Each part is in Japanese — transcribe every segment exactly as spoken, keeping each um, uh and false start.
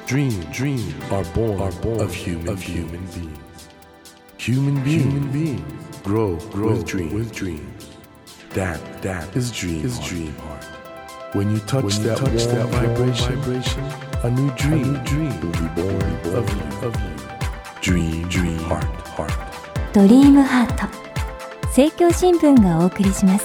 Dreams, dreams are born, are born of human, of human beings. Human beings, human beings grow, grow with dreams. With dreams. That, that is dream, is dream heart. When you touch, when you that, touch warm that vibration, vibration, a new dream, a new dream will be born, born of you, of you. Dream, dream heart, heart. ドリームハート、政教新聞がお送りします。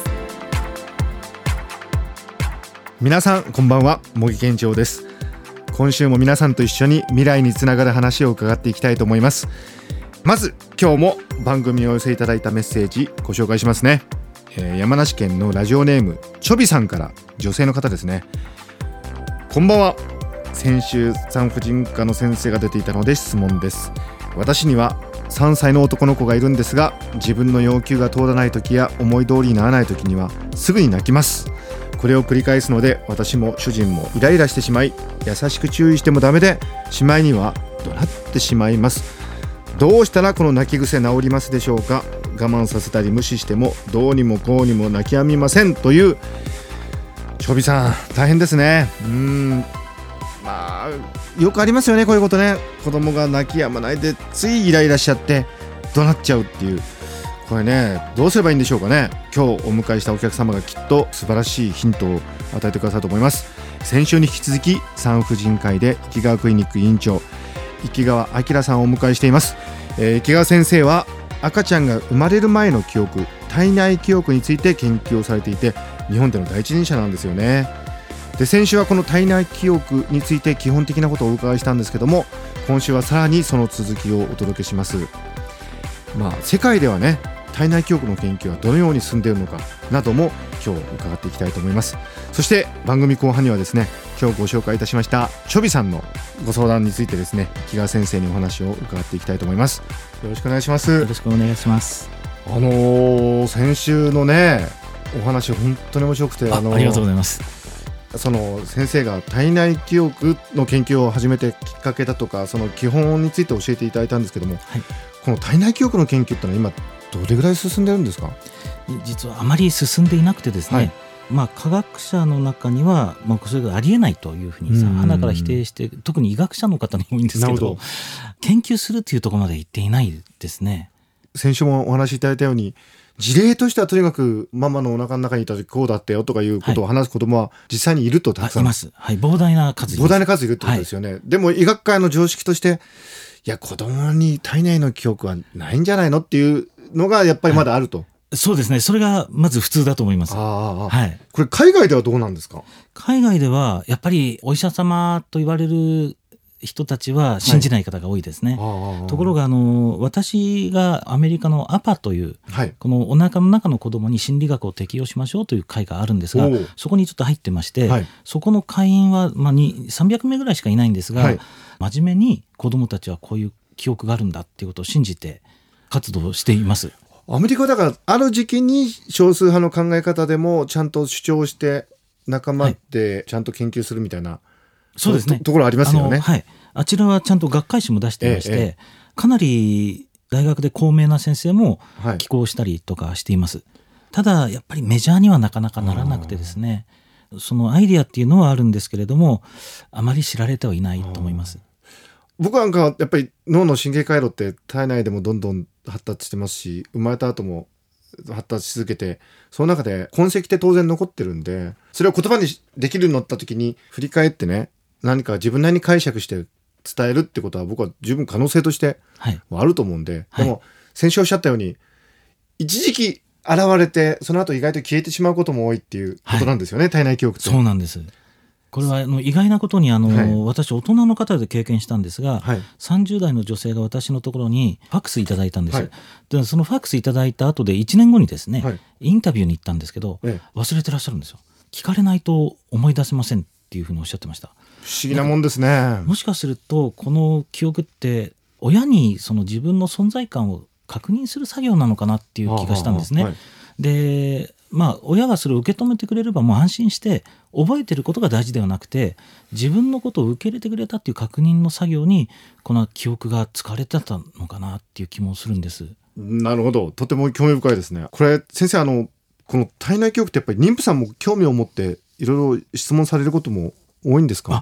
皆さんこんばんは、茂木健一郎です。今週も皆さんと一緒に未来につながる話を伺っていきたいと思います。まず今日も番組をお寄せいただいたメッセージご紹介しますね。えー、山梨県のラジオネームちょびさんから、女性の方ですね。こんばんは。先週産婦人科の先生が出ていたので質問です。私にはさんさいの男の子がいるんですが、自分の要求が通らない時や思い通りにならない時にはすぐに泣きます。これを繰り返すので、私も主人もイライラしてしまい、優しく注意してもダメで、しまいには怒鳴ってしまいます。どうしたらこの泣き癖治りますでしょうか。我慢させたり無視してもどうにもこうにも泣き止みません、という。ちょびさん大変ですね。うーんまあよくありますよね、こういうことね。子供が泣き止まないでついイライラしちゃって怒鳴っちゃうっていう。これね、どうすればいいんでしょうかね。今日お迎えしたお客様がきっと素晴らしいヒントを与えてくださると思います。先週に引き続き産婦人科医で池川クリニック院長池川明さんをお迎えしています。えー、池川先生は赤ちゃんが生まれる前の記憶、体内記憶について研究をされていて、日本での第一人者なんですよね。で、先週はこの体内記憶について基本的なことをお伺いしたんですけども、今週はさらにその続きをお届けします。まあ世界ではね、体内記憶の研究はどのように進んでいるのかなども今日伺っていきたいと思います。そして番組後半にはですね、今日ご紹介いたしましたちょびさんのご相談についてですね、池川先生にお話を伺っていきたいと思います。よろしくお願いします。 よろしくお願いします。 あのー、先週のねお話本当に面白くて、 あ, あのー、 ありがとうございます。 その先生が体内記憶の研究を始めてきっかけだとか、その基本について教えていただいたんですけども、はい、この体内記憶の研究ってのは今どれぐらい進んでるんですか。 実はあまり進んでいなくてですね、はい、まあ、科学者の中には、まあ、それがありえないというふうにさ、鼻から否定して、特に医学者の方に多いんですけ ど, ど研究するというところまで行っていないですね。 先週もお話しいただいたように、事例としてはとにかくママのお腹の中にいた時こうだったよとかいうことを話す子どもは実際にいると、たくさんいます、はい、膨大な数います。 膨大な数いるってことですよね、はい、でも医学界の常識として、いや子どもに体内の記憶はないんじゃないのっていうのがやっぱりまだあると、はい、 そうですね、それがまず普通だと思います。 ああ、 はい、 これ海外ではどうなんですか。 海外ではやっぱりお医者様と言われる人たちは信じない方が多いですね、はい、ところがあの私がアメリカのアパという、はい、このお腹の中の子どもに心理学を適用しましょうという会があるんですが、そこにちょっと入ってまして、はい、そこの会員は、まあ、さんびゃくめいぐらいしかいないんですが、はい、真面目に子どもたちはこういう記憶があるんだっていうことを信じて活動しています。 アメリカだからある時期に少数派の考え方でもちゃんと主張して仲間ってちゃんと研究するみたいな、はい、そうですね、と, ところありますよね。あ、 はい、あちらはちゃんと学会誌も出していまして、ええ、かなり大学で高名な先生も寄稿したりとかしています、はい、ただやっぱりメジャーにはなかなかならなくてですね、そのアイディアっていうのはあるんですけれども、あまり知られてはいないと思います。 僕なんかやっぱり脳の神経回路って体内でもどんどん発達してますし、生まれた後も発達し続けて、その中で痕跡って当然残ってるんで、それを言葉にできるようになった時に振り返ってね、何か自分なりに解釈して伝えるってことは僕は十分可能性としてあると思うんで、はい、でも先週おっしゃったように一時期現れてその後意外と消えてしまうことも多いっていうことなんですよね、はい、体内記憶って。 そうなんです。これはあの意外なことにあの、はい、私大人の方で経験したんですが、はい、さんじゅう代の女性が私のところにファックスいただいたんです、はい、でそのファックスいただいた後でいちねんごにですね、はい、インタビューに行ったんですけど、ええ、忘れてらっしゃるんですよ。聞かれないと思い出せませんっていうふうにおっしゃってました。 不思議なもんですね。 もしかするとこの記憶って親にその自分の存在感を確認する作業なのかなっていう気がしたんですね。はい、でまあ親がそれを受け止めてくれればもう安心して覚えてることが大事ではなくて、自分のことを受け入れてくれたっていう確認の作業にこの記憶が使われてたのかなっていう気もするんです。 なるほど、とても興味深いですね。これ先生、あのこの体内記憶ってやっぱり妊婦さんも興味を持っていろいろ質問されることも多いんですか。 あ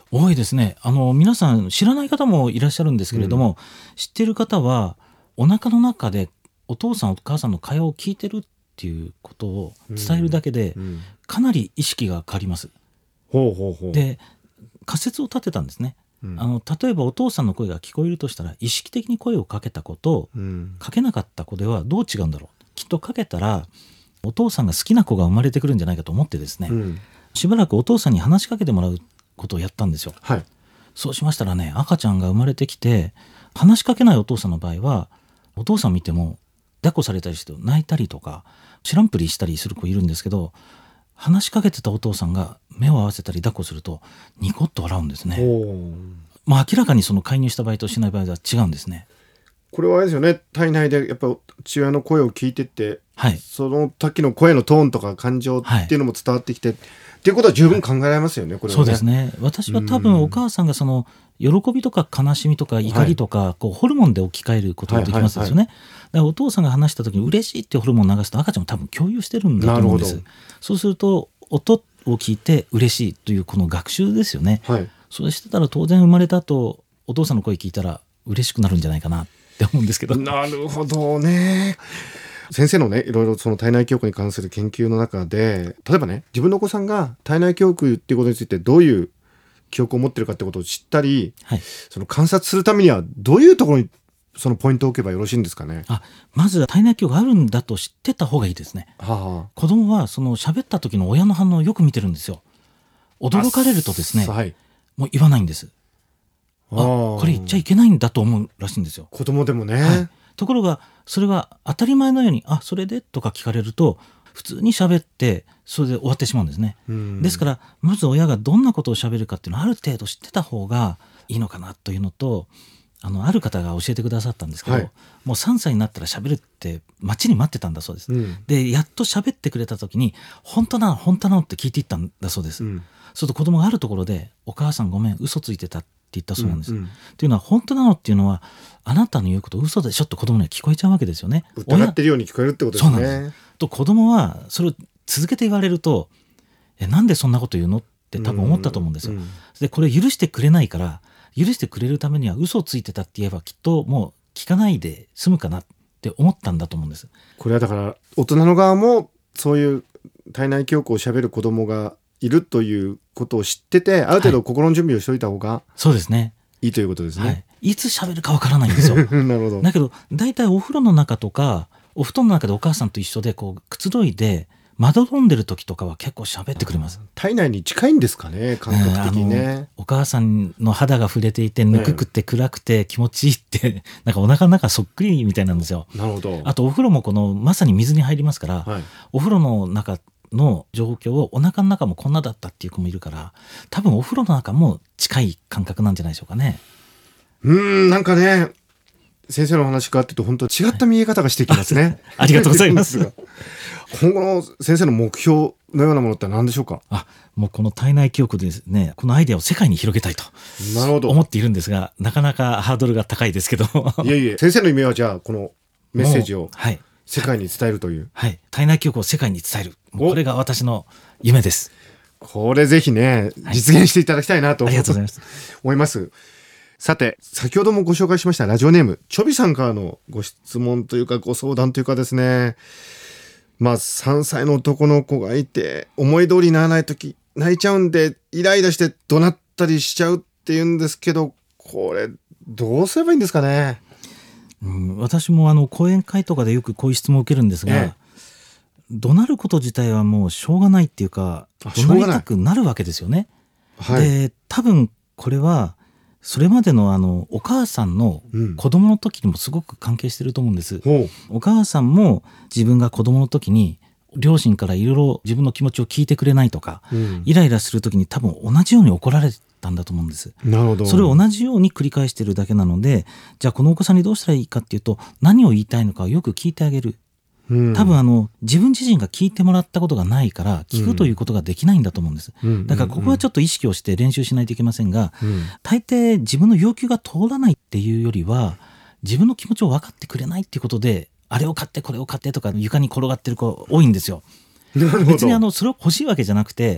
多いですね。あの皆さん知らない方もいらっしゃるんですけれども、うん、知ってる方はお腹の中でお父さんお母さんの会話を聞いてるっていうことを伝えるだけで、うんうん、かなり意識が変わります。 ほうほうほう。 で仮説を立てたんですね。うん、あの例えばお父さんの声が聞こえるとしたら、意識的に声をかけた子と、うん、かけなかった子ではどう違うんだろう。きっとかけたらお父さんが好きな子が生まれてくるんじゃないかと思ってですね、うん、しばらくお父さんに話しかけてもらうことをやったんですよ、 はい、 そうしましたらね、赤ちゃんが生まれてきて話しかけないお父さんの場合は、お父さん見ても抱っこされたりして泣いたりとか知らんぷりしたりする子いるんですけど、話しかけてたお父さんが目を合わせたり抱っこするとニコッと笑うんですね。まあ、明らかにその介入した場合としない場合は違うんですね。 これはあれですよね、体内でやっぱ父親の声を聞いてって、 はい、 その時の声のトーンとか感情っていうのも伝わってきて、はい、っていうことは十分考えられますよね、はい、これはね。 そうですね。私は多分お母さんがその喜びとか悲しみとか怒りとか、はい、こうホルモンで置き換えることができますですよね、はいはいはい、だからお父さんが話した時に嬉しいっていうホルモンを流すと赤ちゃんも多分共有してるんだと思うんです。そうすると音を聞いて嬉しいというこの学習ですよね、はい、そうしてたら当然生まれた後お父さんの声聞いたら嬉しくなるんじゃないかなって思うんですけど。 なるほどね。先生のね、いろいろその体内記憶に関する研究の中で、例えばね、自分のお子さんが体内記憶っていうことについてどういう記憶を持ってるかってことを知ったり、はい、その観察するためにはどういうところにそのポイントを置けばよろしいんですかね。 あ、まず体内記憶があるんだと知ってた方がいいですね、はあ、子供はその喋った時の親の反応をよく見てるんですよ。驚かれるとですね、はい、もう言わないんです。あ、これ言っちゃいけないんだと思うらしいんですよ、 子供でもね、 はい、ところがそれは当たり前のように、あ、それでとか聞かれると普通に喋ってそれで終わってしまうんですね。ですからまず親がどんなことを喋るかっていうのをある程度知ってた方がいいのかなというのと、あのある方が教えてくださったんですけど、はい、もうさんさいになったら喋るって待ちに待ってたんだそうです、うん、でやっと喋ってくれた時に本当なの本当なのって聞いていったんだそうです、うん、そうすると子供があるところでお母さんごめん嘘ついてたって言ったそうなんです、うんうん、というのは本当なのっていうのはあなたの言うこと嘘でしょっと子供には聞こえちゃうわけですよね。 疑ってるように聞こえるってことですね。 そうなんです。と子供はそれを続けて言われると、えなんでそんなこと言うのって多分思ったと思うんですよ、うんうん、でこれ許してくれないから許してくれるためには嘘をついてたって言えばきっともう聞かないで済むかなって思ったんだと思うんです。 これはだから大人の側もそういう体内記憶を喋る子供がいるということを知ってて、ある程度心の準備をしておいた方が、はい、そうですね、いいということですね、はい、 いつ喋るかわからないんですよなるほど。だけどだいたいお風呂の中とかお布団の中でお母さんと一緒でこうくつろいでまどろんでる時とかは結構喋ってくれます。 体内に近いんですかね、感覚的にね。 お母さんの肌が触れていてぬくくて暗くて気持ちいいってなんかお腹の中そっくりみたいなんですよ。 なるほど。 あとお風呂もこのまさに水に入りますから、はい、お風呂の中の状況をお腹の中もこんなだったっていう子もいるから、多分お風呂の中も近い感覚なんじゃないでしょうかね。 うーん、なんかね、先生の話伺ってると本当違った見え方がしてきますね、はい、 ありがとうございます今後の先生の目標のようなものって何でしょうか。 あ、もうこの体内記憶でですね、このアイデアを世界に広げたいと思っているんですが、なかなかハードルが高いですけどいえいえ、先生の夢はじゃあこのメッセージを世界に伝えるという、 はいはい、体内記憶を世界に伝える、もうこれが私の夢です。 これぜひね、実現していただきたいなと思います、 はい、ありがとうございます。 思います。さて、先ほどもご紹介しましたラジオネームちょびさんからのご質問というかご相談というかですね、まあさんさいの男の子がいて思い通りにならないとき泣いちゃうんでイライラして怒鳴ったりしちゃうっていうんですけど、これどうすればいいんですかね。 うん、私もあの講演会とかでよくこういう質問を受けるんですが、ええ、怒鳴ること自体はもうしょうがないっていうか、怒鳴りたくなるわけですよね、はい、で多分これはそれまでのあのお母さんの子供の時にもすごく関係してると思うんです、うん、お母さんも自分が子供の時に両親からいろいろ自分の気持ちを聞いてくれないとか、うん、イライラする時に多分同じように怒られたんだと思うんです。 なるほど。 それを同じように繰り返してるだけなので、じゃあこのお子さんにどうしたらいいかっていうと、何を言いたいのかをよく聞いてあげる、うん、多分あの自分自身が聞いてもらったことがないから聞くということができないんだと思うんです、うん、だからここはちょっと意識をして練習しないといけませんが、うん、大抵自分の要求が通らないっていうよりは自分の気持ちを分かってくれないっていうことで、あれを買ってこれを買ってとか床に転がってる子多いんですよ。別にあのそれを欲しいわけじゃなくて、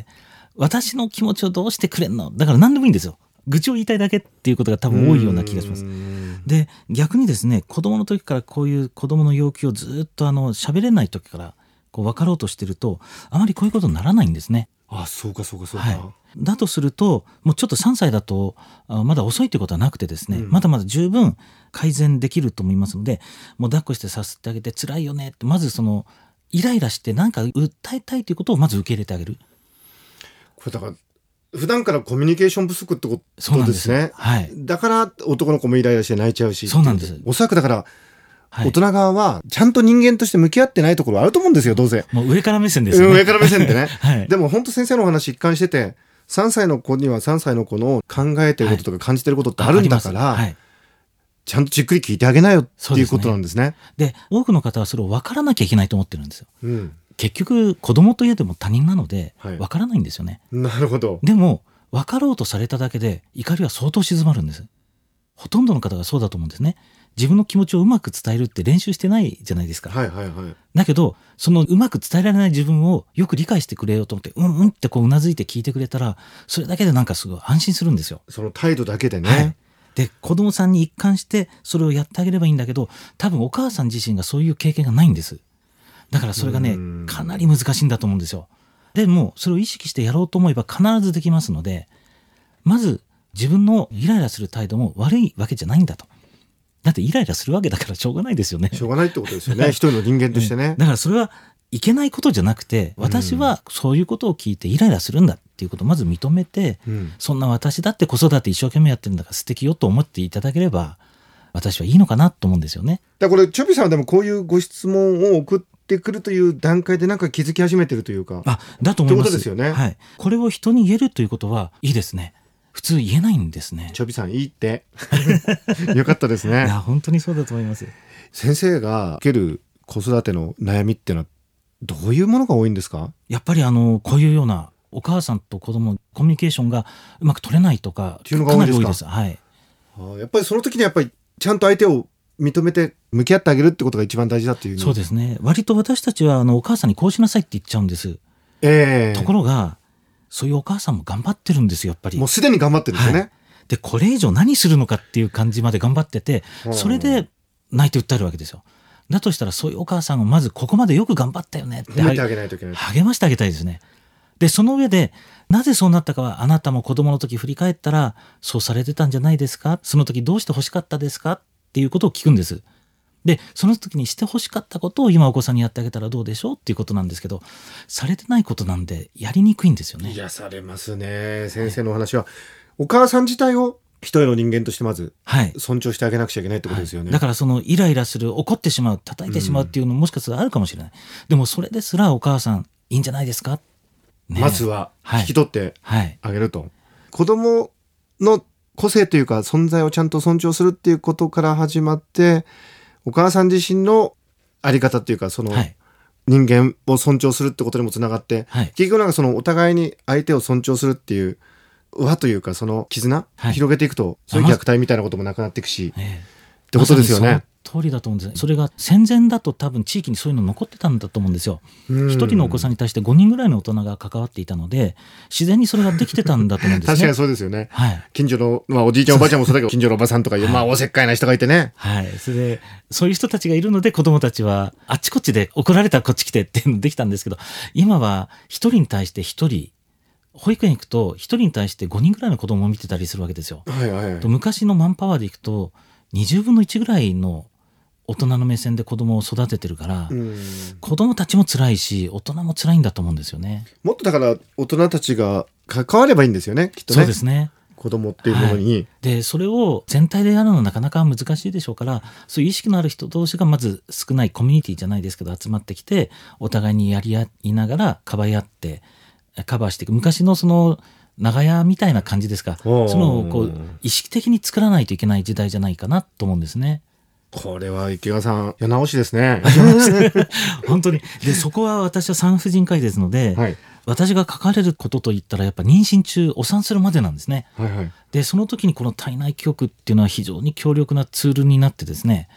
私の気持ちをどうしてくれんの、だから何でもいいんですよ。愚痴を言いたいだけっていうことが多分多いような気がします。で逆にですね、子供の時からこういう子供の要求をずっとあの喋れない時からこう分かろうとしてると、あまりこういうことにならないんですね。 あ、そうかそうかそうか、 はい、だとするともうちょっとさんさいだとまだ遅いということはなくてですね、うん、まだまだ十分改善できると思いますので、もう抱っこしてさすってあげて、辛いよねって、まずそのイライラして何か訴えたいということをまず受け入れてあげる。 これだから普段からコミュニケーション不足ってことですね。 はい、 だから男の子もイライラして泣いちゃうし。 そうなんです。 おそらくだから大人側はちゃんと人間として向き合ってないところあると思うんですよ、どうせ。 もう上から目線ですよね。 上から目線でね、 はい、 でも本当先生のお話一貫してて、さんさいの子にはさんさいの子の考えてることとか感じてることってあるんだから、はい、ちゃんとじっくり聞いてあげなよっていうことなんですね。 で多くの方はそれを分からなきゃいけないと思ってるんですよ、 うん、 結局子供といえども他人なので分からないんですよね、 はい、なるほど。 でも分かろうとされただけで怒りは相当静まるんです。ほとんどの方がそうだと思うんですね。自分の気持ちをうまく伝えるって練習してないじゃないですか、 はいはいはい、 だけどそのうまく伝えられない自分をよく理解してくれようと思ってうんうんってこううなずいて聞いてくれたら、それだけでなんかすごい安心するんですよ。 その態度だけでね、 はい、で子供さんに一貫してそれをやってあげればいいんだけど、多分お母さん自身がそういう経験がないんです。だからそれがねかなり難しいんだと思うんですよ。でもそれを意識してやろうと思えば必ずできますので、まず自分のイライラする態度も悪いわけじゃないんだと。だってイライラするわけだからしょうがないですよね。 しょうがないってことですよね。一人の人間としてね。 だからそれはいけないことじゃなくて、私はそういうことを聞いてイライラするんだっていうことをまず認めて、うん、そんな私だって子育て一生懸命やってるんだから素敵よと思っていただければ私はいいのかなと思うんですよね。 だからこれチョビさんはでもこういうご質問を送ってくるという段階でなんか気づき始めてるというか。 あ、だと思います。 ってことですよね。 はい。これを人に言えるということはいいですね。普通言えないんですね。 チョビさんいいってよかったですね。 いや本当にそうだと思います。 先生が受ける子育ての悩みっていうのはどういうものが多いんですか？ やっぱりあのこういうようなお母さんと子供コミュニケーションがうまく取れないとかっていうのが多いですか？ かなり多いです。はい。 あ、やっぱりその時にやっぱりちゃんと相手を認めて向き合ってあげるってことが一番大事だっていう。 そうですね。割と私たちはあのお母さんにこうしなさいって言っちゃうんです、 えー、 ところがそういうお母さんも頑張ってるんですよ。やっぱりもうすでに頑張ってるんですよね、はい、 でこれ以上何するのかっていう感じまで頑張ってて、それで泣いて訴えるわけですよ。だとしたらそういうお母さんをまずここまでよく頑張ったよねって褒めてあげないといけない。 励ましてあげたいですね。でその上でなぜそうなったかはあなたも子供の時振り返ったらそうされてたんじゃないですか、その時どうして欲しかったですかっていうことを聞くんです。でその時にして欲しかったことを今お子さんにやってあげたらどうでしょうっていうことなんですけど、されてないことなんでやりにくいんですよね。 癒されますね。先生のお話は、はい、お母さん自体を一人の人間としてまず尊重してあげなくちゃいけないってことですよね、 はいはい、だからそのイライラする、怒ってしまう、叩いてしまうっていうのももしかするとあるかもしれない、うん、でもそれですらお母さんいいんじゃないですか、 ね、まずは引き取ってあげると、はいはい、子供の個性というか存在をちゃんと尊重するっていうことから始まって、お母さん自身のあり方っていうかその人間を尊重するってことにもつながって、はい、結局なんかそのお互いに相手を尊重するっていう輪というかその絆、はい、広げていくとそういう虐待みたいなこともなくなっていくし、ええ、ってことですよね。まさにその通りだと思うんです。それが戦前だと多分地域にそういうの残ってたんだと思うんですよ。一人のお子さんに対してごにんぐらいの大人が関わっていたので自然にそれができてたんだと思うんですね。確かにそうですよね、 はい、 近所の、まあ、おじいちゃんおばあちゃんもそうだけど近所のおばさんとかいう、はい、まあおせっかいな人がいてね、 はい、それでそういう人たちがいるので子どもたちはあっちこっちで怒られたらこっち来てっていうのできたんですけど、今は一人に対して一人、保育園行くと一人に対してごにんぐらいの子供を見てたりするわけですよ、 はいはいはい、 と昔のマンパワーでいくとにじゅうぶんのいちぐらいの大人の目線で子供を育ててるから、うん、子供たちも辛いし大人も辛いんだと思うんですよね。 もっとだから大人たちが関わればいいんですよね、きっとね。そうですね、子供っていうものに、 はい、でそれを全体でやるのはなかなか難しいでしょうから、そういう意識のある人同士がまず少ないコミュニティじゃないですけど集まってきてお互いにやり合いながらかばい合ってカバーしていく、昔のその長屋みたいな感じですか、そのこう意識的に作らないといけない時代じゃないかなと思うんですね。 これは池川さん世直しですね本当に。でそこは私は産婦人科医ですので、はい、私が書かれることといったらやっぱ妊娠中お産するまでなんですね、はいはい、でその時にこの体内記憶っていうのは非常に強力なツールになってですね、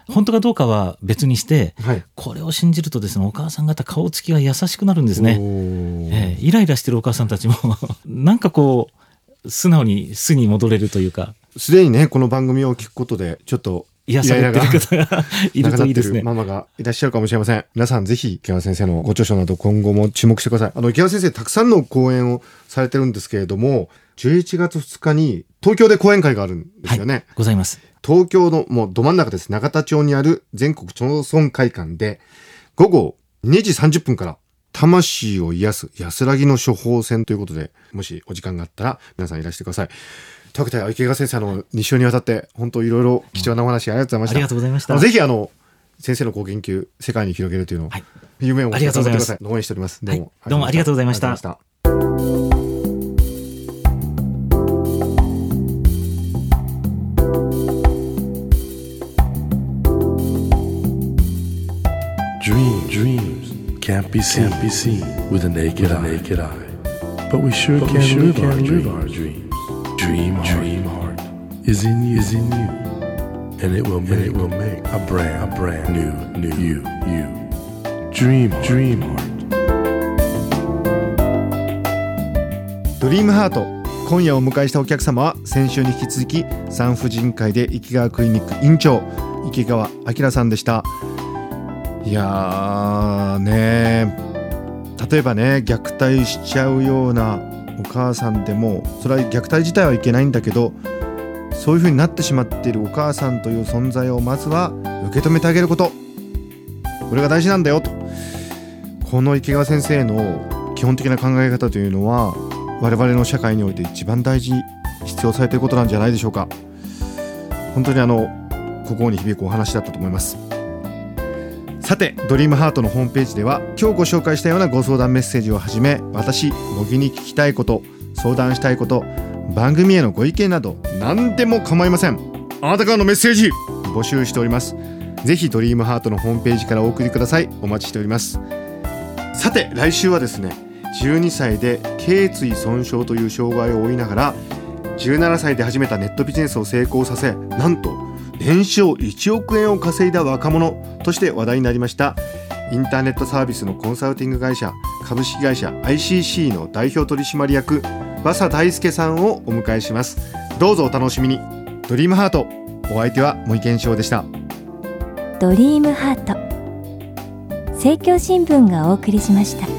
本当かどうかは別にして、 はい、 これを信じるとですね、お母さん方顔つきが優しくなるんですね。えー、イライラしてるお母さんたちもなんかこう素直に素に戻れるというか、 すでにねこの番組を聞くことでちょっと癒されてる方がいるといいですね。 ママがいらっしゃるかもしれません。皆さんぜひ池川先生のご著書など今後も注目してください。あの池川先生たくさんの講演をされてるんですけれども、じゅういちがつふつかに東京で講演会があるんですよね。 はい、ございます。 東京のもうど真ん中です。永田町にある全国町村会館で午後にじさんじゅっぷんから魂を癒す安らぎの処方箋ということで、もしお時間があったら皆さんいらしてください。というわけで池川先生のに週にわたって本当いろいろ貴重なお話ありがとうございました。 ありがとうございました。 ぜひあの先生のご研究世界に広げるというのを、はい、夢を持ってください。応援しております。 どうも、はい、どうもありがとうございました。 Dream, dreams can't be seen, can't be seen with a naked, with a naked eye. eye. But we sure but can, we sure live, can our live our dreams. Dream, dream heart is in you, is in you, and it will make, it will make a brand, a brand new, new you, you. Dream, dream heart. ドリームハート。今夜お迎えしたお客様は先週に引き続き産婦人科医で池川クリニック院長池川明さんでした。いやーね、例えばね虐待しちゃうようなお母さんでもそれは虐待自体はいけないんだけど、そういう風になってしまっているお母さんという存在をまずは受け止めてあげること、これが大事なんだよと。この池川先生の基本的な考え方というのは我々の社会において一番大事必要されていることなんじゃないでしょうか。本当にあの心に響くお話だったと思います。さてドリームハートのホームページでは今日ご紹介したようなご相談メッセージをはじめ、私茂木に聞きたいこと、相談したいこと、番組へのご意見など何でも構いません。あなたからのメッセージ募集しております。ぜひドリームハートのホームページからお送りください。お待ちしております。さて来週はですね、じゅうにさいで頸椎損傷という障害を負いながらじゅうななさいで始めたネットビジネスを成功させ、なんと年商いちおくえんを稼いだ若者として話題になりましたインターネットサービスのコンサルティング会社株式会社 アイシーシー の代表取締役和佐大輔さんをお迎えします。どうぞお楽しみに。ドリームハート、お相手は森健翔でした。 ドリームハート、政教新聞がお送りしました。